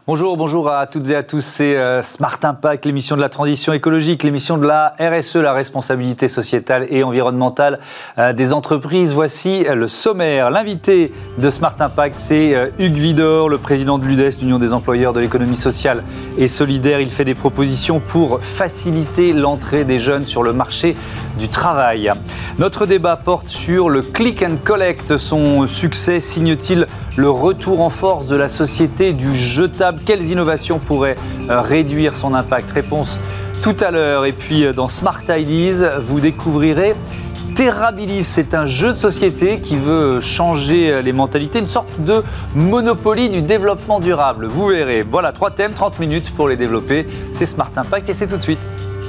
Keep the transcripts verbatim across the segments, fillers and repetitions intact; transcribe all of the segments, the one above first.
Bonjour, bonjour à toutes et à tous, c'est euh, Smart Impact, l'émission de la transition écologique, l'émission de la R S E, la responsabilité sociétale et environnementale euh, des entreprises. Voici euh, le sommaire. L'invité de Smart Impact, c'est euh, Hugues Widor, le président de l'U D E S, l'Union des employeurs de l'économie sociale et solidaire. Il fait des propositions pour faciliter l'entrée des jeunes sur le marché du travail. Notre débat porte sur le click and collect. Son succès signe-t-il le retour en force de la société du jetable? Quelles innovations pourraient euh, réduire son impact? Réponse tout à l'heure. Et puis euh, dans Smart Ideas, vous découvrirez Terrabilis. C'est un jeu de société qui veut changer les mentalités, une sorte de Monopoly du développement durable. Vous verrez. Voilà, trois thèmes, trente minutes pour les développer. C'est Smart Impact et c'est tout de suite.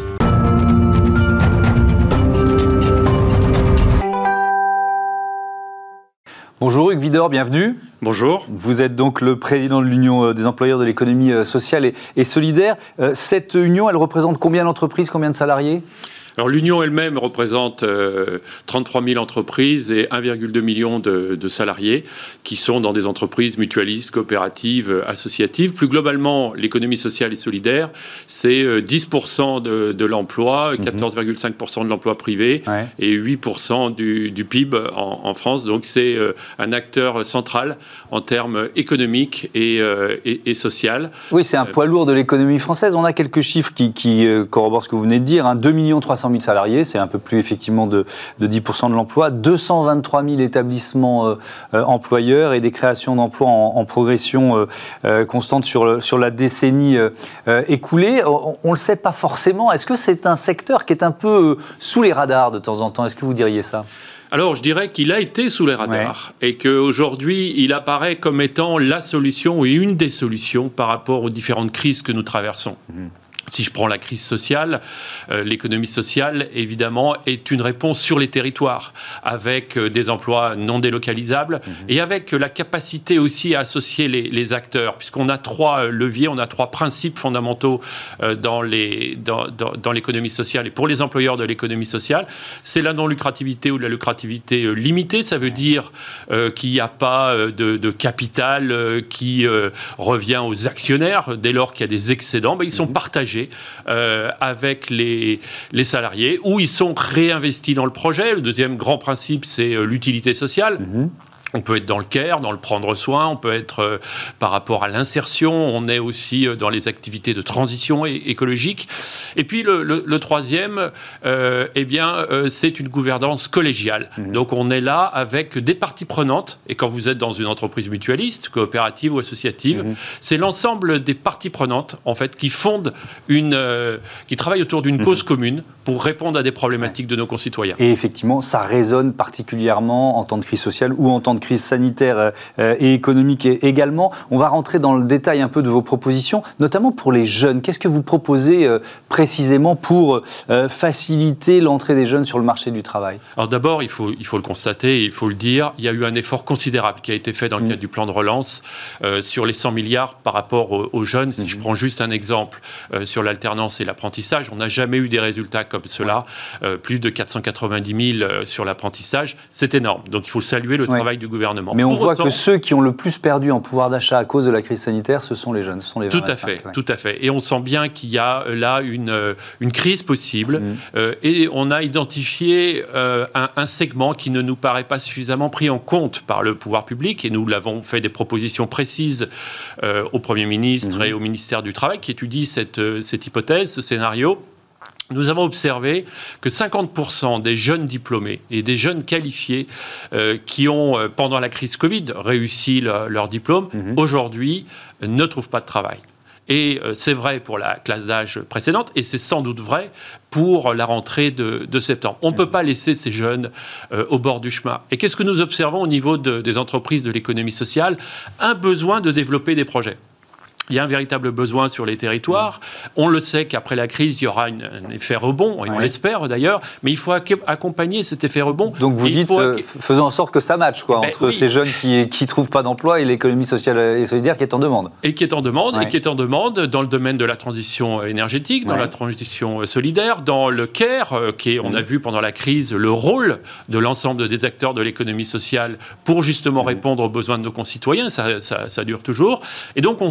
Bonjour Hugues Widor, bienvenue. Bonjour. Vous êtes donc le président de l'Union des employeurs de l'économie sociale et, et solidaire. Euh, cette union, elle représente combien d'entreprises, combien de salariés ? Alors l'Union elle-même représente euh, trente-trois mille entreprises et un virgule deux million de, de salariés qui sont dans des entreprises mutualistes, coopératives, associatives. Plus globalement, l'économie sociale et solidaire, c'est euh, dix pour cent de, de l'emploi, quatorze virgule cinq pour cent de l'emploi privé ouais. et huit pour cent du, du P I B en, en France. Donc c'est euh, un acteur central en termes économiques et, euh, et, et social. Oui, c'est un poids lourd de l'économie française. On a quelques chiffres qui, qui euh, corroborent ce que vous venez de dire. Hein. deux millions trois cent mille salariés, c'est un peu plus effectivement de, de dix pour cent de l'emploi, deux cent vingt-trois mille établissements euh, euh, employeurs et des créations d'emplois en, en progression euh, euh, constante sur, sur la décennie euh, euh, écoulée. On ne le sait pas forcément. Est-ce que c'est un secteur qui est un peu euh, sous les radars de temps en temps ? Est-ce que vous diriez ça ? Alors, je dirais qu'il a été sous les radars ouais. et qu'aujourd'hui, il apparaît comme étant la solution et une des solutions par rapport aux différentes crises que nous traversons. Mmh. Si je prends la crise sociale, euh, l'économie sociale, évidemment, est une réponse sur les territoires, avec euh, des emplois non délocalisables mmh. et avec euh, la capacité aussi à associer les, les acteurs, puisqu'on a trois euh, leviers, on a trois principes fondamentaux euh, dans, les, dans, dans, dans l'économie sociale et pour les employeurs de l'économie sociale. C'est la non-lucrativité ou la lucrativité euh, limitée, ça veut dire euh, qu'il n'y a pas euh, de, de capital euh, qui euh, revient aux actionnaires, dès lors qu'il y a des excédents, ben, ils sont mmh. partagés Euh, avec les, les salariés, où ils sont réinvestis dans le projet. Le deuxième grand principe, c'est euh, l'utilité sociale. Mmh. On peut être dans le care, dans le prendre soin, on peut être euh, par rapport à l'insertion, on est aussi euh, dans les activités de transition é- écologique. Et puis le, le, le troisième, euh, eh bien, euh, c'est une gouvernance collégiale. Mmh. Donc on est là avec des parties prenantes, et quand vous êtes dans une entreprise mutualiste, coopérative ou associative, mmh. c'est l'ensemble des parties prenantes, en fait, qui fondent une, euh, qui travaillent autour d'une mmh. cause commune pour répondre à des problématiques ouais. de nos concitoyens. Et effectivement, ça résonne particulièrement en temps de crise sociale ou en temps de crise sanitaire euh, et économique également. On va rentrer dans le détail un peu de vos propositions, notamment pour les jeunes. Qu'est-ce que vous proposez euh, précisément pour euh, faciliter l'entrée des jeunes sur le marché du travail ? Alors d'abord, il faut, il faut le constater, il faut le dire, il y a eu un effort considérable qui a été fait dans le mmh. cadre du plan de relance euh, sur les cent milliards par rapport aux, aux jeunes. Si mmh. je prends juste un exemple euh, sur l'alternance et l'apprentissage, on n'a jamais eu des résultats comme cela. Euh, plus de quatre cent quatre-vingt-dix mille euh, sur l'apprentissage, c'est énorme. Donc il faut saluer le ouais. travail du gouvernement. Mais on Pour voit autant, que ceux qui ont le plus perdu en pouvoir d'achat à cause de la crise sanitaire, ce sont les jeunes, ce sont les Tout à fait, ouais. tout à fait. Et on sent bien qu'il y a là une, une crise possible. Mmh. Euh, et on a identifié euh, un, un segment qui ne nous paraît pas suffisamment pris en compte par le pouvoir public. Et nous l'avons fait des propositions précises euh, au Premier ministre mmh. et au ministère du Travail qui étudie cette, cette hypothèse, ce scénario. Nous avons observé que cinquante pour cent des jeunes diplômés et des jeunes qualifiés euh, qui ont, euh, pendant la crise Covid, réussi le, leur diplôme, mmh. aujourd'hui, euh, ne trouvent pas de travail. Et euh, c'est vrai pour la classe d'âge précédente, et c'est sans doute vrai pour la rentrée de, de septembre. On ne mmh. peut pas laisser ces jeunes euh, au bord du chemin. Et qu'est-ce que nous observons au niveau de, des entreprises de l'économie sociale ? Un besoin de développer des projets. Il y a un véritable besoin sur les territoires. On le sait qu'après la crise, il y aura une, un effet rebond, et ouais. on l'espère d'ailleurs, mais il faut accompagner cet effet rebond. Donc vous dites, euh, faisons en sorte que ça matche, quoi, ben, entre oui. ces jeunes qui ne trouvent pas d'emploi et l'économie sociale et solidaire qui est en demande. Et qui est en demande, ouais. et qui est en demande dans le domaine de la transition énergétique, dans ouais. la transition solidaire, dans le care, euh, qui est, on mmh. a vu pendant la crise le rôle de l'ensemble des acteurs de l'économie sociale pour justement mmh. répondre aux besoins de nos concitoyens. Ça, ça, ça dure toujours. Et donc on sait qu'il y a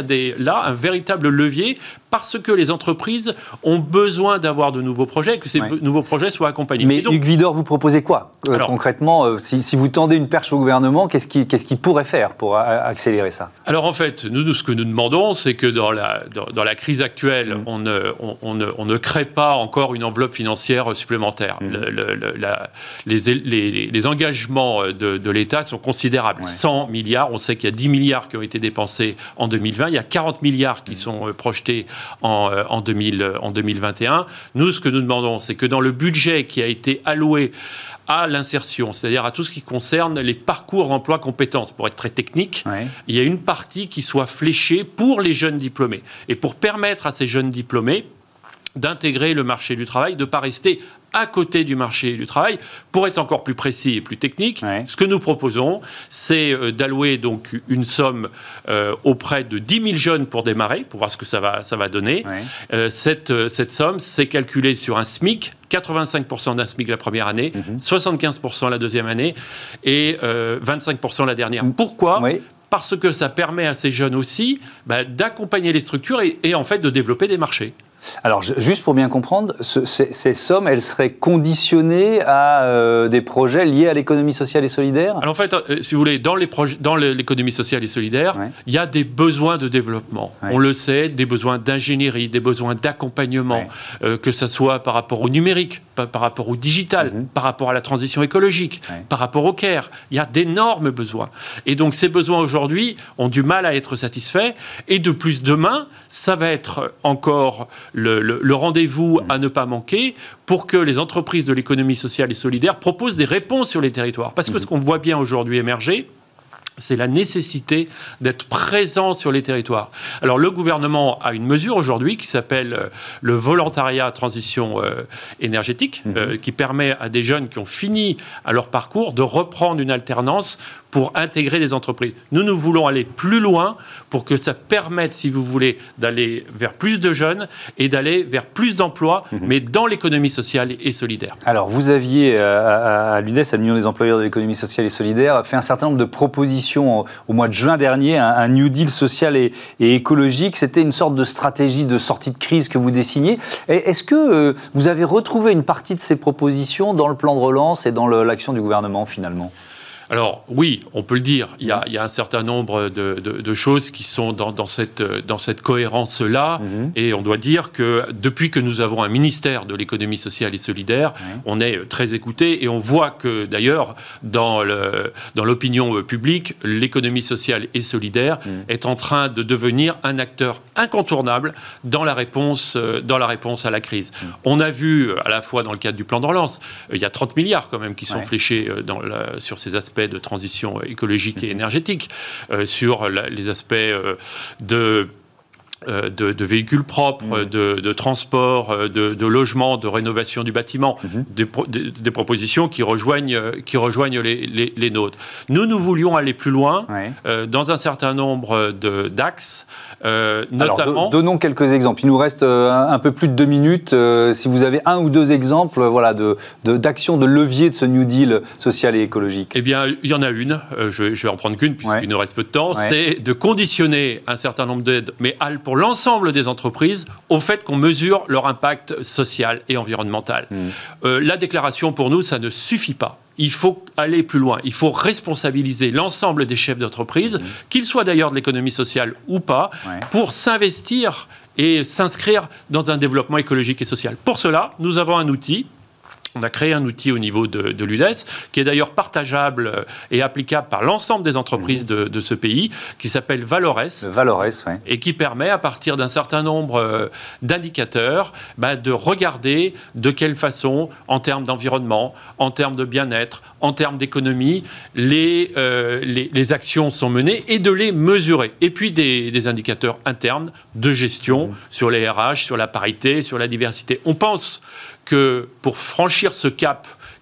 a des, là un véritable levier parce que les entreprises ont besoin d'avoir de nouveaux projets et que ces ouais. nouveaux projets soient accompagnés. Mais donc, Hugues Widor, vous proposez quoi euh, alors, concrètement euh, si, si vous tendez une perche au gouvernement, qu'est-ce qu'il qu'est-ce qu'il pourrait faire pour a, accélérer ça? Alors en fait, nous, nous, ce que nous demandons, c'est que dans la, dans, dans la crise actuelle, mmh. on, ne, on, on, ne, on ne crée pas encore une enveloppe financière supplémentaire. Mmh. Le, le, la, les, les, les engagements de, de l'État sont considérables. Ouais. cent milliards, on sait qu'il y a dix milliards qui ont été dépensés en deux mille vingt, il y a quarante milliards qui mmh. sont euh, projetés en, euh, en, deux mille, en deux mille vingt et un. Nous, ce que nous demandons, c'est que dans le budget qui a été alloué à l'insertion, c'est-à-dire à tout ce qui concerne les parcours emploi compétences, pour être très technique, ouais. il y a une partie qui soit fléchée pour les jeunes diplômés. Et pour permettre à ces jeunes diplômés d'intégrer le marché du travail, de ne pas rester à côté du marché du travail. Pour être encore plus précis et plus technique, ouais. ce que nous proposons, c'est euh, d'allouer donc une somme euh, auprès de dix mille jeunes pour démarrer, pour voir ce que ça va, ça va donner. Ouais. Euh, cette, euh, cette somme, c'est calculé sur un SMIC, quatre-vingt-cinq pour cent d'un SMIC la première année, mmh. soixante-quinze pour cent la deuxième année et euh, vingt-cinq pour cent la dernière. Mmh. Pourquoi ? Oui. Parce que ça permet à ces jeunes aussi bah, d'accompagner les structures et, et en fait de développer des marchés. Alors, juste pour bien comprendre, ce, ces, ces sommes, elles seraient conditionnées à euh, des projets liés à l'économie sociale et solidaire ? Alors, en fait, euh, si vous voulez, dans, les projets, dans l'économie sociale et solidaire, ouais. il y a des besoins de développement. Ouais. On le sait, des besoins d'ingénierie, des besoins d'accompagnement, ouais. euh, que ce soit par rapport au numérique, par, par rapport au digital, mmh. par rapport à la transition écologique, ouais. par rapport au care. Il y a d'énormes besoins. Et donc, ces besoins, aujourd'hui, ont du mal à être satisfaits. Et de plus, demain, ça va être encore le, le, le rendez-vous à ne pas manquer pour que les entreprises de l'économie sociale et solidaire proposent des réponses sur les territoires. Parce que ce qu'on voit bien aujourd'hui émerger, c'est la nécessité d'être présent sur les territoires. Alors, le gouvernement a une mesure aujourd'hui qui s'appelle le volontariat transition euh, énergétique, mmh. euh, qui permet à des jeunes qui ont fini à leur parcours de reprendre une alternance pour intégrer des entreprises. Nous, nous voulons aller plus loin pour que ça permette, si vous voulez, d'aller vers plus de jeunes et d'aller vers plus d'emplois, mmh. mais dans l'économie sociale et solidaire. Alors, vous aviez, à, à l'U D E S, à l'Union des employeurs de l'économie sociale et solidaire, fait un certain nombre de propositions au mois de juin dernier, un, un New Deal social et, et écologique. C'était une sorte de stratégie de sortie de crise que vous dessiniez. Est-ce que euh, vous avez retrouvé une partie de ces propositions dans le plan de relance et dans le, l'action du gouvernement, finalement ? Alors oui, on peut le dire, il y a, il y a un certain nombre de, de, de choses qui sont dans, dans cette, dans cette cohérence-là, mmh. et on doit dire que depuis que nous avons un ministère de l'économie sociale et solidaire, mmh. on est très écouté, et on voit que d'ailleurs, dans, le, dans l'opinion publique, l'économie sociale et solidaire mmh. est en train de devenir un acteur incontournable dans la réponse, dans la réponse à la crise. Mmh. On a vu, à la fois dans le cadre du plan de relance, il y a trente milliards quand même qui sont ouais. fléchés dans la, sur ces aspects de transition écologique et énergétique, euh, sur la, les aspects euh, de... Euh, de, de véhicules propres, mmh. de, de transport, de, de logement, de rénovation du bâtiment, mmh. des, pro, des, des propositions qui rejoignent, qui rejoignent les, les, les nôtres. Nous, nous voulions aller plus loin ouais. euh, dans un certain nombre de, d'axes, euh, notamment... Alors, do, donnons quelques exemples. Il nous reste euh, un, un peu plus de deux minutes. Euh, si vous avez un ou deux exemples euh, voilà, de, de, d'actions de levier de ce New Deal social et écologique. Eh bien, il y en a une. Euh, je, je vais en prendre qu'une, puisqu'il ouais. nous reste peu de temps. Ouais. C'est de conditionner un certain nombre d'aides, mais pour l'ensemble des entreprises, au fait qu'on mesure leur impact social et environnemental. Mmh. Euh, la déclaration, pour nous, ça ne suffit pas. Il faut aller plus loin. Il faut responsabiliser l'ensemble des chefs d'entreprise, mmh. qu'ils soient d'ailleurs de l'économie sociale ou pas, ouais. pour s'investir et s'inscrire dans un développement écologique et social. Pour cela, nous avons un outil. On a créé un outil au niveau de, de l'U D E S, qui est d'ailleurs partageable et applicable par l'ensemble des entreprises mmh. de, de ce pays, qui s'appelle Valores. Le Valores, oui. Et qui permet, à partir d'un certain nombre euh, d'indicateurs, bah, de regarder de quelle façon, en termes d'environnement, en termes de bien-être, en termes d'économie, les, euh, les, les actions sont menées et de les mesurer. Et puis des, des indicateurs internes de gestion mmh. sur les R H, sur la parité, sur la diversité. On pense que pour franchir ce cap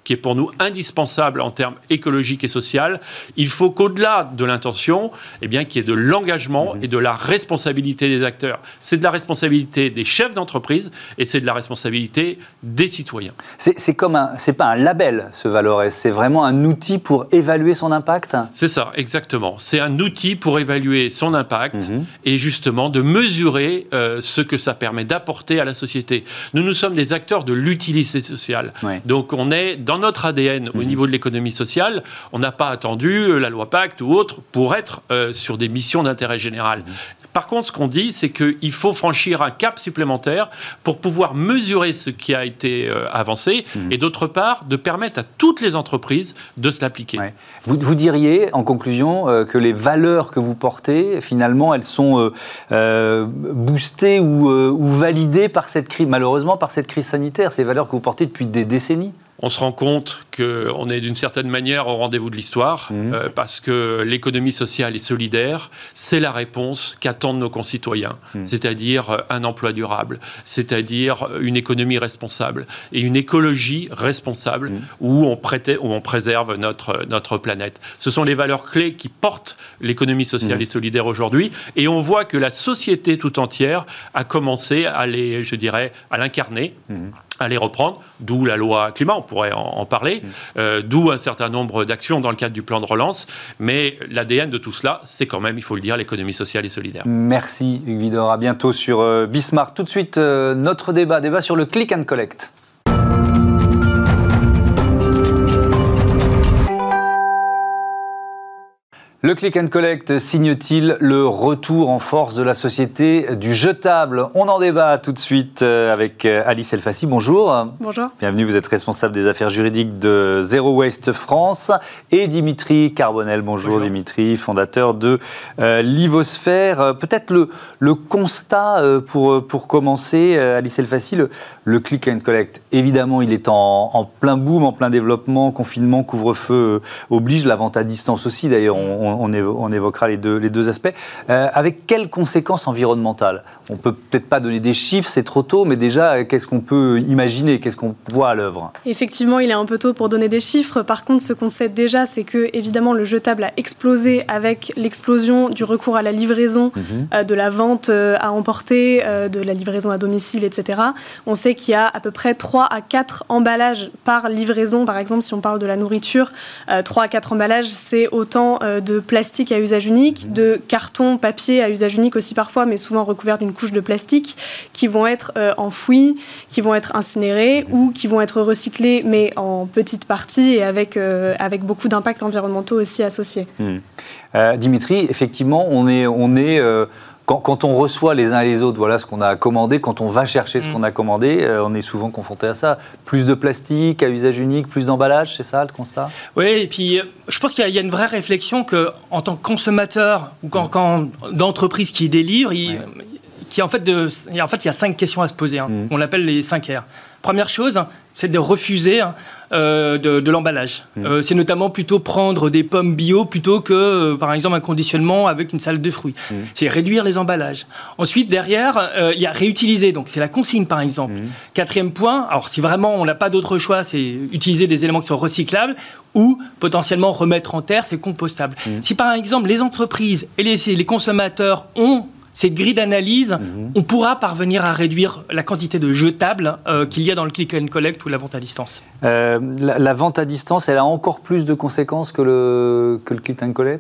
qui est pour nous indispensable en termes écologiques et sociaux, il faut qu'au-delà de l'intention, eh bien, qu'il y ait de l'engagement mmh. et de la responsabilité des acteurs. C'est de la responsabilité des chefs d'entreprise et c'est de la responsabilité des citoyens. C'est, c'est comme un, c'est pas un label, ce Valores, c'est vraiment un outil pour évaluer son impact. C'est ça, exactement. C'est un outil pour évaluer son impact mmh. et justement de mesurer euh, ce que ça permet d'apporter à la société. Nous, nous sommes des acteurs de l'utilité sociale. Ouais. Donc, on est dans notre A D N mmh. au niveau de l'économie sociale. On n'a pas attendu la loi Pacte ou autre pour être euh, sur des missions d'intérêt général. Mmh. Par contre, ce qu'on dit, c'est qu'il faut franchir un cap supplémentaire pour pouvoir mesurer ce qui a été euh, avancé mmh. et d'autre part, de permettre à toutes les entreprises de se l'appliquer. Ouais. Vous, vous diriez, en conclusion, euh, que les valeurs que vous portez, finalement, elles sont euh, euh, boostées ou, euh, ou validées par cette crise, malheureusement, par cette crise sanitaire, ces valeurs que vous portez depuis des décennies ? On se rend compte qu'on est d'une certaine manière au rendez-vous de l'histoire, mmh. euh, parce que l'économie sociale et solidaire, c'est la réponse qu'attendent nos concitoyens, mmh. c'est-à-dire un emploi durable, c'est-à-dire une économie responsable et une écologie responsable mmh. où, on prête, où on préserve notre, notre planète. Ce sont les valeurs clés qui portent l'économie sociale mmh. et solidaire aujourd'hui, et on voit que la société tout entière a commencé à les, je dirais, à l'incarner. Mmh. à les reprendre, d'où la loi climat, on pourrait en, en parler, mmh. euh, d'où un certain nombre d'actions dans le cadre du plan de relance, mais l'A D N de tout cela, c'est quand même, il faut le dire, l'économie sociale et solidaire. Merci Hugues Widor, à bientôt sur euh, Bismart. Tout de suite, euh, notre débat, débat sur le click and collect. Le click and collect signe-t-il le retour en force de la société du jetable ? On en débat tout de suite avec Alice Elfassi. Bonjour. Bonjour. Bienvenue, vous êtes responsable des affaires juridiques de Zero Waste France. Et Dimitri Carbonel. Bonjour, Bonjour. Dimitri, fondateur de euh, Livosphère. Peut-être le, le constat euh, pour, pour commencer, euh, Alice Elfassi, le, le click and collect. Évidemment, il est en, en plein boom, en plein développement, confinement, couvre-feu euh, oblige, la vente à distance aussi. D'ailleurs, on, On, on évoquera les deux, les deux aspects. Euh, avec quelles conséquences environnementales ? On ne peut peut-être pas donner des chiffres, c'est trop tôt, mais déjà, qu'est-ce qu'on peut imaginer ? Qu'est-ce qu'on voit à l'œuvre ? Effectivement, il est un peu tôt pour donner des chiffres. Par contre, ce qu'on sait déjà, c'est que, évidemment, le jetable a explosé avec l'explosion du recours à la livraison, mmh. euh, de la vente euh, à emporter, euh, de la livraison à domicile, et cetera. On sait qu'il y a à peu près trois à quatre emballages par livraison. Par exemple, si on parle de la nourriture, euh, trois à quatre emballages, c'est autant euh, de plastique à usage unique, de carton, papier à usage unique aussi parfois, mais souvent recouvert d'une couche de plastique, qui vont être euh, enfouis, qui vont être incinérés ou qui vont être recyclés, mais en petite partie et avec, euh, avec beaucoup d'impacts environnementaux aussi associés. Mmh. Euh, Dimitri, effectivement, on est... On est euh Quand, quand on reçoit les uns et les autres, voilà ce qu'on a commandé, quand on va chercher ce mmh. qu'on a commandé, euh, on est souvent confronté à ça. Plus de plastique à usage unique, plus d'emballage, c'est ça le constat ? Oui, et puis je pense qu'il y a, il y a une vraie réflexion qu'en tant que consommateur ou quand, quand d'entreprise qui délivre, il, ouais. qui en fait, de, en fait, il y a cinq questions à se poser. Hein. Mmh. On l'appelle les cinq R. Première chose, c'est de refuser euh, de, de l'emballage. Mmh. Euh, c'est notamment plutôt prendre des pommes bio plutôt que, euh, par exemple, un conditionnement avec une salade de fruits. Mmh. C'est réduire les emballages. Ensuite, derrière, euh, il y a réutiliser. Donc, c'est la consigne, par exemple. Mmh. Quatrième point, alors si vraiment on n'a pas d'autre choix, c'est utiliser des éléments qui sont recyclables ou potentiellement remettre en terre, c'est compostable. Mmh. Si, par exemple, les entreprises et les, les consommateurs ont cette grille d'analyse, mmh. on pourra parvenir à réduire la quantité de jetables euh, qu'il y a dans le click and collect ou la vente à distance. Euh, la, la vente à distance, elle a encore plus de conséquences que le, que le click and collect ?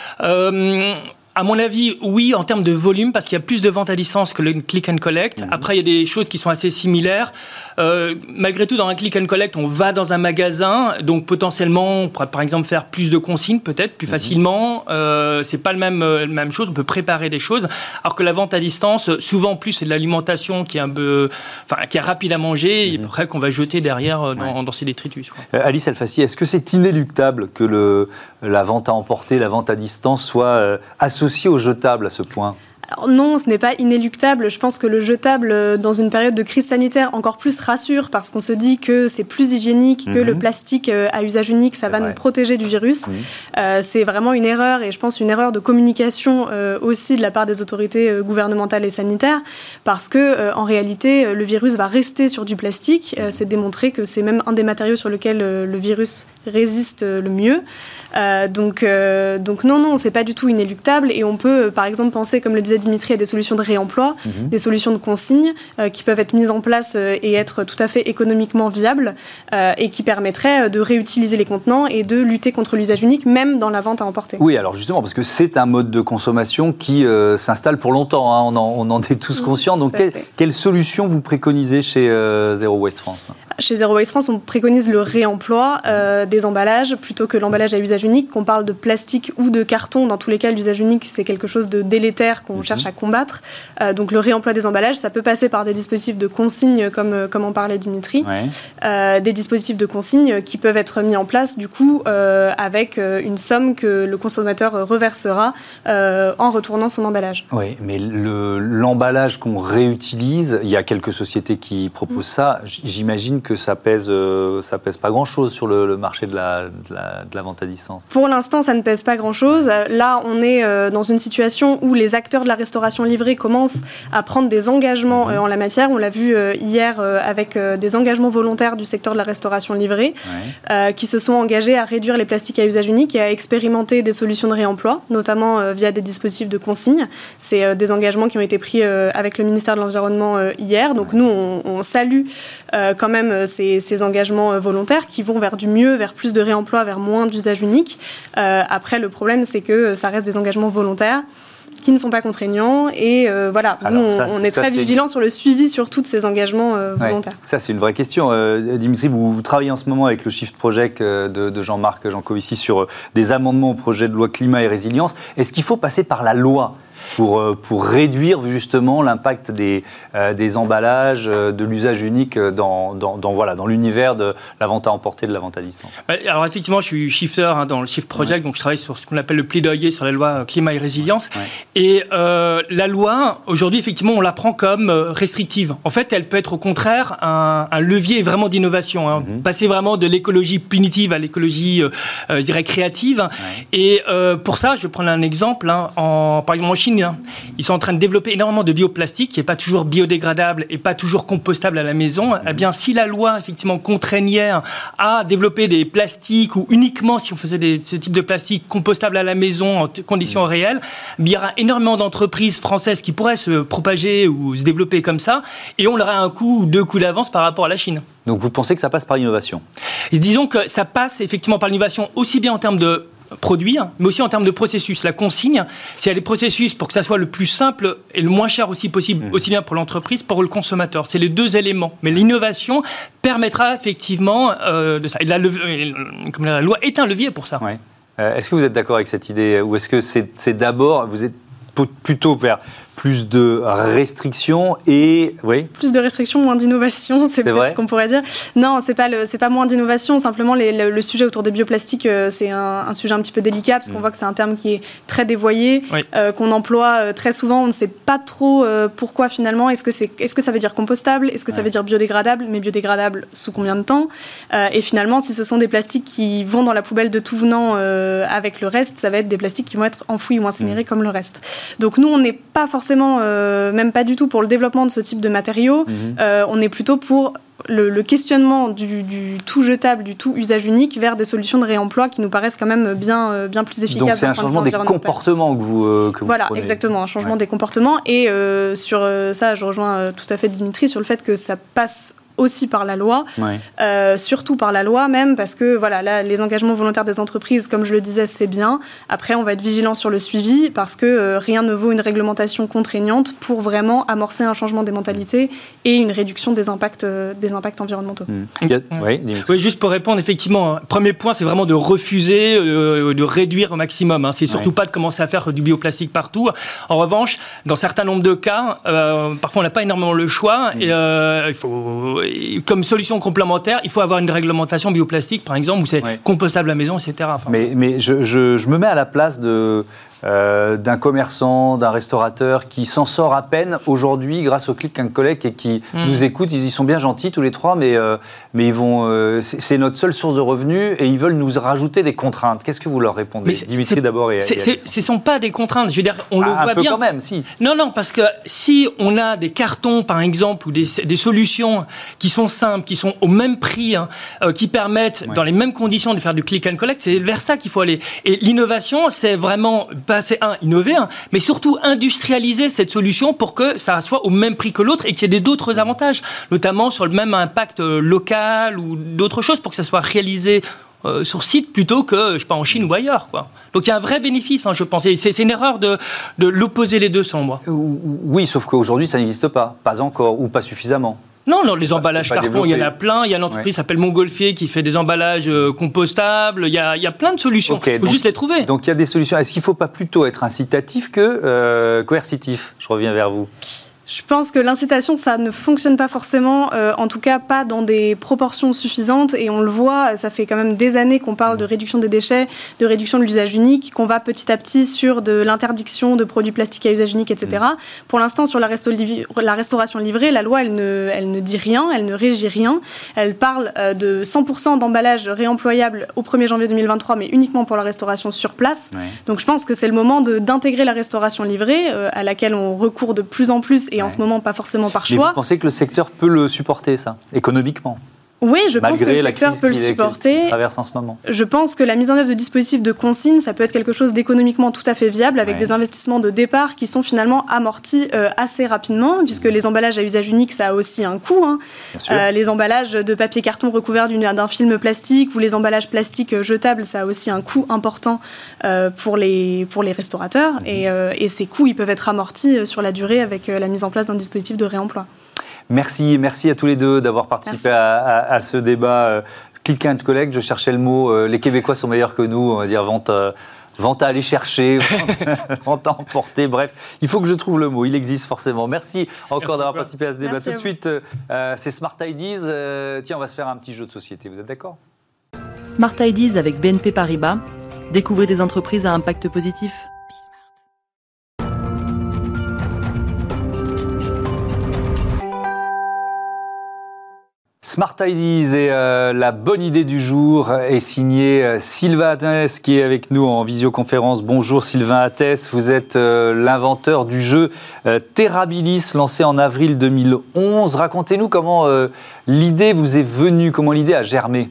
euh, À mon avis, oui, en termes de volume, parce qu'il y a plus de ventes à distance que le click and collect. Mmh. Après, il y a des choses qui sont assez similaires. Euh, malgré tout, dans un click and collect, on va dans un magasin, donc potentiellement, on pourrait par exemple faire plus de consignes, peut-être, plus mmh. facilement. Euh, c'est pas le même, euh, la même chose, on peut préparer des choses. Alors que la vente à distance, souvent plus, c'est de l'alimentation qui est un peu, enfin, qui est rapide à manger, mmh. et après qu'on va jeter derrière euh, dans, ouais. dans ces détritus. Euh, Alice Elfassi, est-ce que c'est inéluctable que le, la vente à emporter, la vente à distance soit euh, associée au jetable à ce point ? Alors non, ce n'est pas inéluctable. Je pense que le jetable, dans une période de crise sanitaire, encore plus rassure parce qu'on se dit que c'est plus hygiénique, que mmh. le plastique à usage unique, ça c'est va vrai. nous protéger du virus. Mmh. Euh, c'est vraiment une erreur, et je pense une erreur de communication euh, aussi de la part des autorités euh, gouvernementales et sanitaires, parce que euh, en réalité, euh, le virus va rester sur du plastique. Euh, c'est démontré que c'est même un des matériaux sur lesquels euh, le virus résiste euh, le mieux. Euh, donc, euh, donc non, non, c'est pas du tout inéluctable, et on peut, euh, par exemple, penser, comme le disait Dimitri, à des solutions de réemploi, mmh. des solutions de consigne euh, qui peuvent être mises en place euh, et être tout à fait économiquement viables euh, et qui permettraient de réutiliser les contenants et de lutter contre l'usage unique, même dans la vente à emporter. Oui, alors justement, parce que c'est un mode de consommation qui euh, s'installe pour longtemps, hein, on, en, on en est tous mmh, conscients. Donc, quelle, quelle solution vous préconisez chez euh, Zero Waste France ? Chez Zero Waste France, on préconise le réemploi euh, des emballages plutôt que l'emballage à usage unique, qu'on parle de plastique ou de carton. Dans tous les cas, l'usage unique, c'est quelque chose de délétère qu'on mmh. cherche à combattre. Euh, donc le réemploi des emballages, ça peut passer par des dispositifs de consigne, comme, comme en parlait Dimitri. Ouais. Euh, des dispositifs de consigne qui peuvent être mis en place, du coup, euh, avec une somme que le consommateur reversera euh, en retournant son emballage. Oui, mais le, l'emballage qu'on réutilise, il y a quelques sociétés qui proposent mmh. ça. J'imagine que ça pèse, euh, ça pèse pas grand-chose sur le, le marché de la, de, la, de la vente à distance. Pour l'instant, ça ne pèse pas grand-chose. Là, on est euh, dans une situation où les acteurs de la restauration livrée commencent à prendre des engagements euh, en la matière. On l'a vu euh, hier euh, avec euh, des engagements volontaires du secteur de la restauration livrée ouais. euh, qui se sont engagés à réduire les plastiques à usage unique et à expérimenter des solutions de réemploi, notamment euh, via des dispositifs de consigne. C'est euh, des engagements qui ont été pris euh, avec le ministère de l'Environnement euh, hier. Donc nous, on, on salue euh, quand même Ces, ces engagements volontaires qui vont vers du mieux, vers plus de réemploi, vers moins d'usage unique. Euh, après, le problème, c'est que ça reste des engagements volontaires qui ne sont pas contraignants. Et euh, voilà, Alors, nous, on, ça, on est ça, très vigilants sur le suivi sur tous ces engagements euh, ouais, volontaires. Ça, c'est une vraie question. Euh, Dimitri, vous, vous travaillez en ce moment avec le Shift Project euh, de, de Jean-Marc Jancovici sur euh, des amendements au projet de loi climat et résilience. Est-ce qu'il faut passer par la loi pour, pour réduire justement l'impact des, euh, des emballages, euh, de l'usage unique dans, dans, dans, voilà, dans l'univers de la vente à emporter, de la vente à distance? Alors effectivement, je suis shifter hein, dans le Shift Project, ouais. donc je travaille sur ce qu'on appelle le plaidoyer sur la loi climat et résilience. Ouais. Et euh, la loi, aujourd'hui, effectivement, on la prend comme restrictive. En fait, elle peut être au contraire un, un levier vraiment d'innovation. Hein. Mm-hmm. Passer vraiment de l'écologie punitive à l'écologie, euh, je dirais, créative. Ouais. Et euh, pour ça, je vais prendre un exemple. Hein, en, par exemple, en Chine, ils sont en train de développer énormément de bioplastique qui n'est pas toujours biodégradable et pas toujours compostable à la maison. Eh bien, si la loi, effectivement, contraignait à développer des plastiques ou uniquement si on faisait des, ce type de plastique compostable à la maison en t- conditions réelles, il y aura énormément d'entreprises françaises qui pourraient se propager ou se développer comme ça et on aurait un coup ou deux coups d'avance par rapport à la Chine. Donc, vous pensez que ça passe par l'innovation ? Et disons que ça passe effectivement par l'innovation aussi bien en termes de produits, mais aussi en termes de processus. La consigne, s'il y a des processus pour que ça soit le plus simple et le moins cher aussi possible, mmh. aussi bien pour l'entreprise, pour le consommateur. C'est les deux éléments. Mais l'innovation permettra effectivement euh, de ça. Et la, lev- comme la loi est un levier pour ça. Ouais. Euh, est-ce que vous êtes d'accord avec cette idée ? Ou est-ce que c'est, c'est d'abord, vous êtes plutôt vers plus de restrictions et... Oui. Plus de restrictions, moins d'innovation, c'est, c'est peut-être vrai. Ce qu'on pourrait dire. Non, c'est pas, le, c'est pas moins d'innovation, simplement les, le, le sujet autour des bioplastiques, euh, c'est un, un sujet un petit peu délicat, parce mmh. qu'on voit que c'est un terme qui est très dévoyé, oui. euh, qu'on emploie euh, très souvent, on ne sait pas trop euh, pourquoi finalement, est-ce que, c'est, est-ce que ça veut dire compostable, est-ce que ouais. ça veut dire biodégradable, mais biodégradable sous combien de temps euh, et finalement, si ce sont des plastiques qui vont dans la poubelle de tout venant euh, avec le reste, ça va être des plastiques qui vont être enfouis ou incinérés mmh. comme le reste. Donc nous, on n'est pas forcément Euh, même pas du tout pour le développement de ce type de matériaux. Mmh. Euh, on est plutôt pour le, le questionnement du, du tout jetable, du tout usage unique vers des solutions de réemploi qui nous paraissent quand même bien, euh, bien plus efficaces. Donc c'est un changement des comportements que vous, euh, que vous Voilà, prenez. Exactement, un changement ouais. des comportements. Et euh, sur euh, ça, je rejoins euh, tout à fait Dimitri sur le fait que ça passe aussi par la loi, ouais. euh, surtout par la loi même, parce que voilà, là, les engagements volontaires des entreprises, comme je le disais, c'est bien. Après, on va être vigilant sur le suivi, parce que euh, rien ne vaut une réglementation contraignante pour vraiment amorcer un changement des mentalités et une réduction des impacts, euh, des impacts environnementaux. Mmh. A... Oui, oui, juste pour répondre, effectivement, premier point, c'est vraiment de refuser, euh, de réduire au maximum. Hein. C'est surtout ouais. pas de commencer à faire du bioplastique partout. En revanche, dans certains nombres de cas, euh, parfois on n'a pas énormément le choix, mmh. et euh, il faut comme solution complémentaire, il faut avoir une réglementation bioplastique, par exemple, où c'est ouais. compostable à la maison, et cetera. Enfin, mais mais je, je, je me mets à la place de... Euh, d'un commerçant, d'un restaurateur qui s'en sort à peine aujourd'hui grâce au Click and Collect et qui mmh. nous écoutent. Ils, ils sont bien gentils tous les trois, mais, euh, mais ils vont, euh, c'est, c'est notre seule source de revenus et ils veulent nous rajouter des contraintes. Qu'est-ce que vous leur répondez, Dimitri d'abord et, c'est, et c'est, Ce ne sont pas des contraintes. Je veux dire, on ah, le voit un peu bien. Quand même, si. Non, non, parce que si on a des cartons, par exemple, ou des, des solutions qui sont simples, qui sont au même prix, hein, euh, qui permettent, ouais. dans les mêmes conditions, de faire du Click and Collect, c'est vers ça qu'il faut aller. Et l'innovation, c'est vraiment passer un innover. Mais surtout industrialiser cette solution pour que ça soit au même prix que l'autre et qu'il y ait d'autres avantages, notamment sur le même impact local ou d'autres choses pour que ça soit réalisé euh, sur site plutôt que, je sais pas, en Chine ou ailleurs, quoi. Donc il y a un vrai bénéfice, hein, je pense. Et c'est, c'est une erreur de, de l'opposer les deux, selon moi. Oui, sauf qu'aujourd'hui, ça n'existe pas. Pas encore, ou pas suffisamment. Non, non, les emballages carton, il y en a plein. Il y a une entreprise qui ouais. s'appelle Montgolfier qui fait des emballages euh, compostables. Il y, a, il y a plein de solutions. Il okay, faut donc, juste les trouver. Donc il y a des solutions. Est-ce qu'il ne faut pas plutôt être incitatif que euh, coercitif ? Je reviens vers vous. Je pense que l'incitation, ça ne fonctionne pas forcément, euh, en tout cas pas dans des proportions suffisantes. Et on le voit, ça fait quand même des années qu'on parle de réduction des déchets, de réduction de l'usage unique, qu'on va petit à petit sur de l'interdiction de produits plastiques à usage unique, et cetera. Mmh. Pour l'instant, sur la, resto- la restauration livrée, la loi, elle ne, elle ne dit rien, elle ne régit rien. Elle parle euh, de cent pour cent d'emballage réemployable au premier janvier deux mille vingt-trois, mais uniquement pour la restauration sur place. Ouais. Donc je pense que c'est le moment de, d'intégrer la restauration livrée, euh, à laquelle on recourt de plus en plus, et en ce moment, pas forcément par choix. Mais vous pensez que le secteur peut le supporter, ça, économiquement ? Oui, je pense que le secteur peut le supporter. Traverse en ce moment. Je pense que la mise en œuvre de dispositifs de consigne, ça peut être quelque chose d'économiquement tout à fait viable, avec ouais. des investissements de départ qui sont finalement amortis euh, assez rapidement, puisque les emballages à usage unique, ça a aussi un coût. Hein. Euh, les emballages de papier carton recouverts d'un film plastique ou les emballages plastiques jetables, ça a aussi un coût important euh, pour, les, pour les restaurateurs. Mmh. Et, euh, et ces coûts, ils peuvent être amortis sur la durée avec euh, la mise en place d'un dispositif de réemploi. Merci, merci à tous les deux d'avoir participé à, à, à ce débat. Euh, Click and Collect, je cherchais le mot. Euh, les Québécois sont meilleurs que nous, on va dire vente, euh, vente à aller chercher, vente à emporter. Bref, il faut que je trouve le mot. Il existe forcément. Merci encore merci d'avoir participé à ce débat. Merci Tout de suite, euh, c'est Smart Ideas. Euh, tiens, on va se faire un petit jeu de société. Vous êtes d'accord ? Smart Ideas avec B N P Paribas. Découvrez des entreprises à impact positif. Smart Ideas et euh, la bonne idée du jour est signée euh, Sylvain Attès qui est avec nous en visioconférence. Bonjour Sylvain Attès, vous êtes euh, l'inventeur du jeu euh, Terrabilis lancé en avril deux mille onze. Racontez-nous comment euh, l'idée vous est venue, comment l'idée a germé.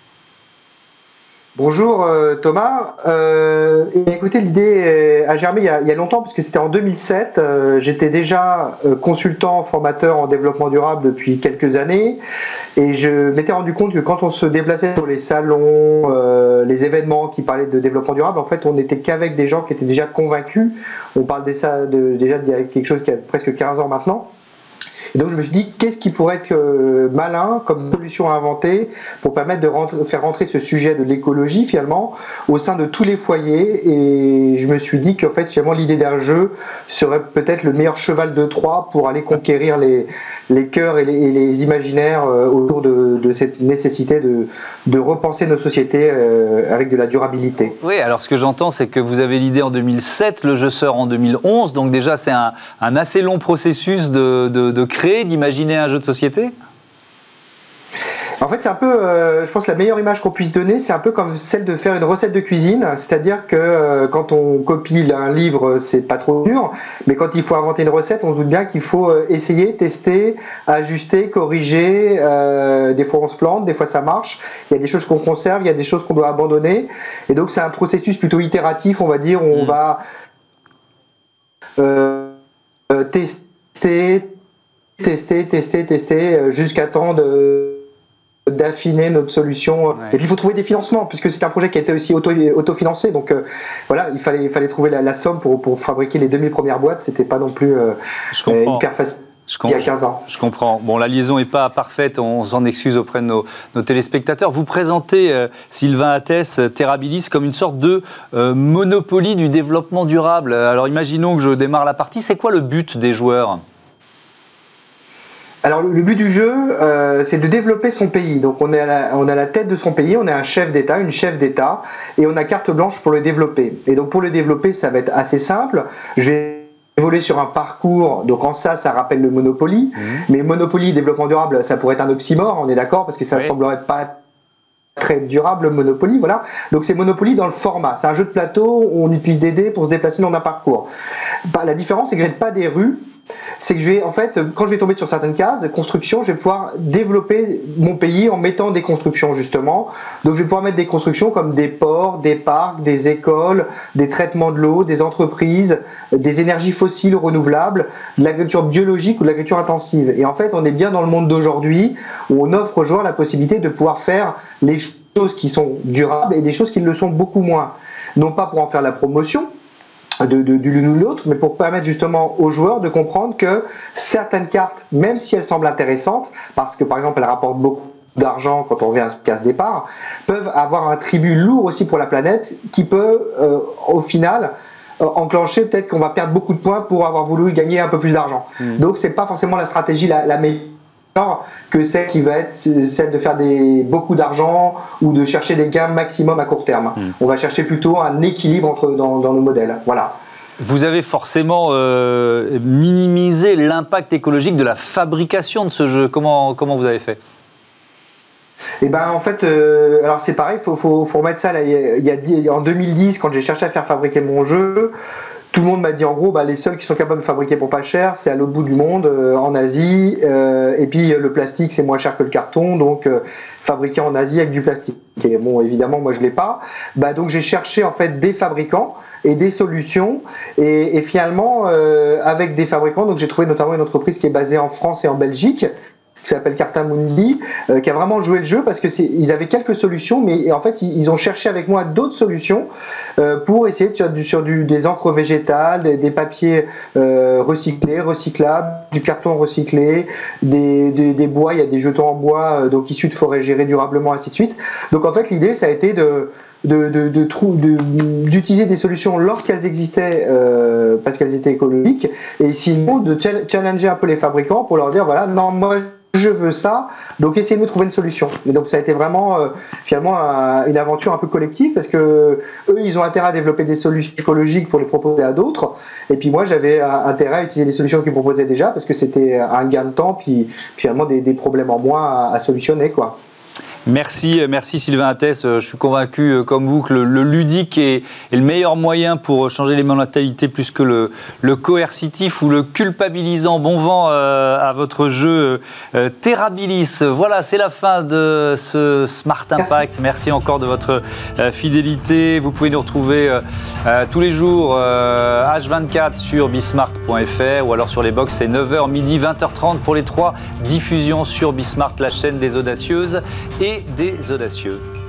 Bonjour euh, Thomas. Euh, écoutez, l'idée a germé il y a, il y a longtemps puisque c'était en deux mille sept. Euh, j'étais déjà euh, consultant, formateur en développement durable depuis quelques années et je m'étais rendu compte que quand on se déplaçait sur les salons, euh, les événements qui parlaient de développement durable, en fait on n'était qu'avec des gens qui étaient déjà convaincus. On parle de ça de, déjà d'il y a quelque chose qui a presque quinze ans maintenant. Et donc je me suis dit, qu'est-ce qui pourrait être euh, malin comme solution à inventer pour permettre de rentrer, faire rentrer ce sujet de l'écologie finalement au sein de tous les foyers. Et je me suis dit qu'en fait finalement l'idée d'un jeu serait peut-être le meilleur cheval de Troie pour aller conquérir les, les cœurs et les, et les imaginaires euh, autour de, de cette nécessité de, de repenser nos sociétés euh, avec de la durabilité. Oui, alors ce que j'entends c'est que vous avez l'idée en deux mille sept, le jeu sort en deux mille onze, donc déjà c'est un, un assez long processus de, de, de créer, d'imaginer un jeu de société ? En fait, c'est un peu, euh, je pense, la meilleure image qu'on puisse donner, c'est un peu comme celle de faire une recette de cuisine, c'est-à-dire que euh, quand on copie un livre, c'est pas trop dur, mais quand il faut inventer une recette, on se doute bien qu'il faut euh, essayer, tester, ajuster, corriger. Euh, des fois, on se plante, des fois, ça marche. Il y a des choses qu'on conserve, il y a des choses qu'on doit abandonner, et donc c'est un processus plutôt itératif, on va dire, où on mmh. va euh, euh, tester. tester, tester, tester, jusqu'à temps de, d'affiner notre solution. Ouais. Et puis il faut trouver des financements, puisque c'est un projet qui a été aussi auto, autofinancé. Donc euh, voilà, il fallait, il fallait trouver la, la somme pour, pour fabriquer les deux mille premières boîtes. C'était pas non plus euh, euh, hyper facile. Je comprends, il y a quinze ans. Je comprends. Bon, la liaison n'est pas parfaite, on s'en excuse auprès de nos, nos téléspectateurs. Vous présentez, euh, Sylvain Attès, Terrabilis comme une sorte de euh, monopoly du développement durable. Alors imaginons que je démarre la partie. C'est quoi le but des joueurs ? Alors le but du jeu, euh, c'est de développer son pays. Donc on est à la, on est à la tête de son pays, on est un chef d'État, une chef d'État, et on a carte blanche pour le développer. Et donc pour le développer, ça va être assez simple. Je vais évoluer sur un parcours, donc en ça, ça rappelle le Monopoly. Mmh. Mais Monopoly, développement durable, ça pourrait être un oxymore, on est d'accord, parce que ça ne oui. semblerait pas très durable, Monopoly, voilà. Donc c'est Monopoly dans le format. C'est un jeu de plateau où on utilise des dés pour se déplacer dans un parcours. Bah, la différence, c'est que je n'ai pas des rues. C'est que je vais, en fait, quand je vais tomber sur certaines cases de construction, je vais pouvoir développer mon pays en mettant des constructions, justement. Donc, je vais pouvoir mettre des constructions comme des ports, des parcs, des écoles, des traitements de l'eau, des entreprises, des énergies fossiles renouvelables, de l'agriculture biologique ou de l'agriculture intensive. Et en fait, on est bien dans le monde d'aujourd'hui où on offre aux joueurs la possibilité de pouvoir faire les choses qui sont durables et des choses qui le sont beaucoup moins. Non pas pour en faire la promotion, De, de, de l'une ou de l'autre, mais pour permettre justement aux joueurs de comprendre que certaines cartes, même si elles semblent intéressantes, parce que par exemple elles rapportent beaucoup d'argent quand on revient à ce casse départ, peuvent avoir un tribut lourd aussi pour la planète qui peut euh, au final euh, enclencher peut-être qu'on va perdre beaucoup de points pour avoir voulu gagner un peu plus d'argent. Mmh. Donc c'est pas forcément la stratégie la, la meilleure que celle qui va être celle de faire des, beaucoup d'argent ou de chercher des gains maximum à court terme. Mmh. On va chercher plutôt un équilibre entre, dans, dans nos modèles. Voilà. Vous avez forcément euh, minimisé l'impact écologique de la fabrication de ce jeu. Comment, comment vous avez fait ? Et ben en fait, euh, alors c'est pareil, il faut, faut, faut remettre ça là. Il y a, il y a, en deux mille dix, quand j'ai cherché à faire fabriquer mon jeu, tout le monde m'a dit en gros, bah, les seuls qui sont capables de fabriquer pour pas cher, c'est à l'autre bout du monde, euh, en Asie. Euh, et puis le plastique, c'est moins cher que le carton, donc euh, fabriquer en Asie avec du plastique. Et bon, évidemment, moi je l'ai pas. Bah, donc j'ai cherché en fait des fabricants et des solutions. Et, et finalement, euh, avec des fabricants, donc j'ai trouvé notamment une entreprise qui est basée en France et en Belgique, qui s'appelle Cartamundi, euh, qui a vraiment joué le jeu parce que c'est, ils avaient quelques solutions, mais en fait ils, ils ont cherché avec moi d'autres solutions euh, pour essayer de, sur, du, sur du, des encres végétales, des, des papiers euh, recyclés, recyclables, du carton recyclé, des, des, des bois, il y a des jetons en bois euh, donc issus de forêts gérées durablement, ainsi de suite. Donc en fait l'idée ça a été de De, de, de, de, d'utiliser des solutions lorsqu'elles existaient euh, parce qu'elles étaient écologiques, et sinon de challenger un peu les fabricants pour leur dire voilà, non, moi je veux ça, donc essayez de nous trouver une solution. Et donc ça a été vraiment euh, finalement un, une aventure un peu collective, parce que eux ils ont intérêt à développer des solutions écologiques pour les proposer à d'autres, et puis moi j'avais intérêt à utiliser les solutions qu'ils proposaient déjà parce que c'était un gain de temps, puis finalement des, des problèmes en moins à, à solutionner, quoi. Merci, merci Sylvain Attès. Je suis convaincu, comme vous, que le, le ludique est, est le meilleur moyen pour changer les mentalités plus que le, le coercitif ou le culpabilisant. Bon vent euh, à votre jeu euh, Terrabilis. Voilà, c'est la fin de ce Smart Impact. Merci encore de votre euh, fidélité. Vous pouvez nous retrouver euh, euh, tous les jours euh, H vingt-quatre sur bismart point f r ou alors sur les box, c'est neuf heures, midi, vingt heures trente pour les trois diffusions sur Bismart, la chaîne des audacieuses et des audacieux.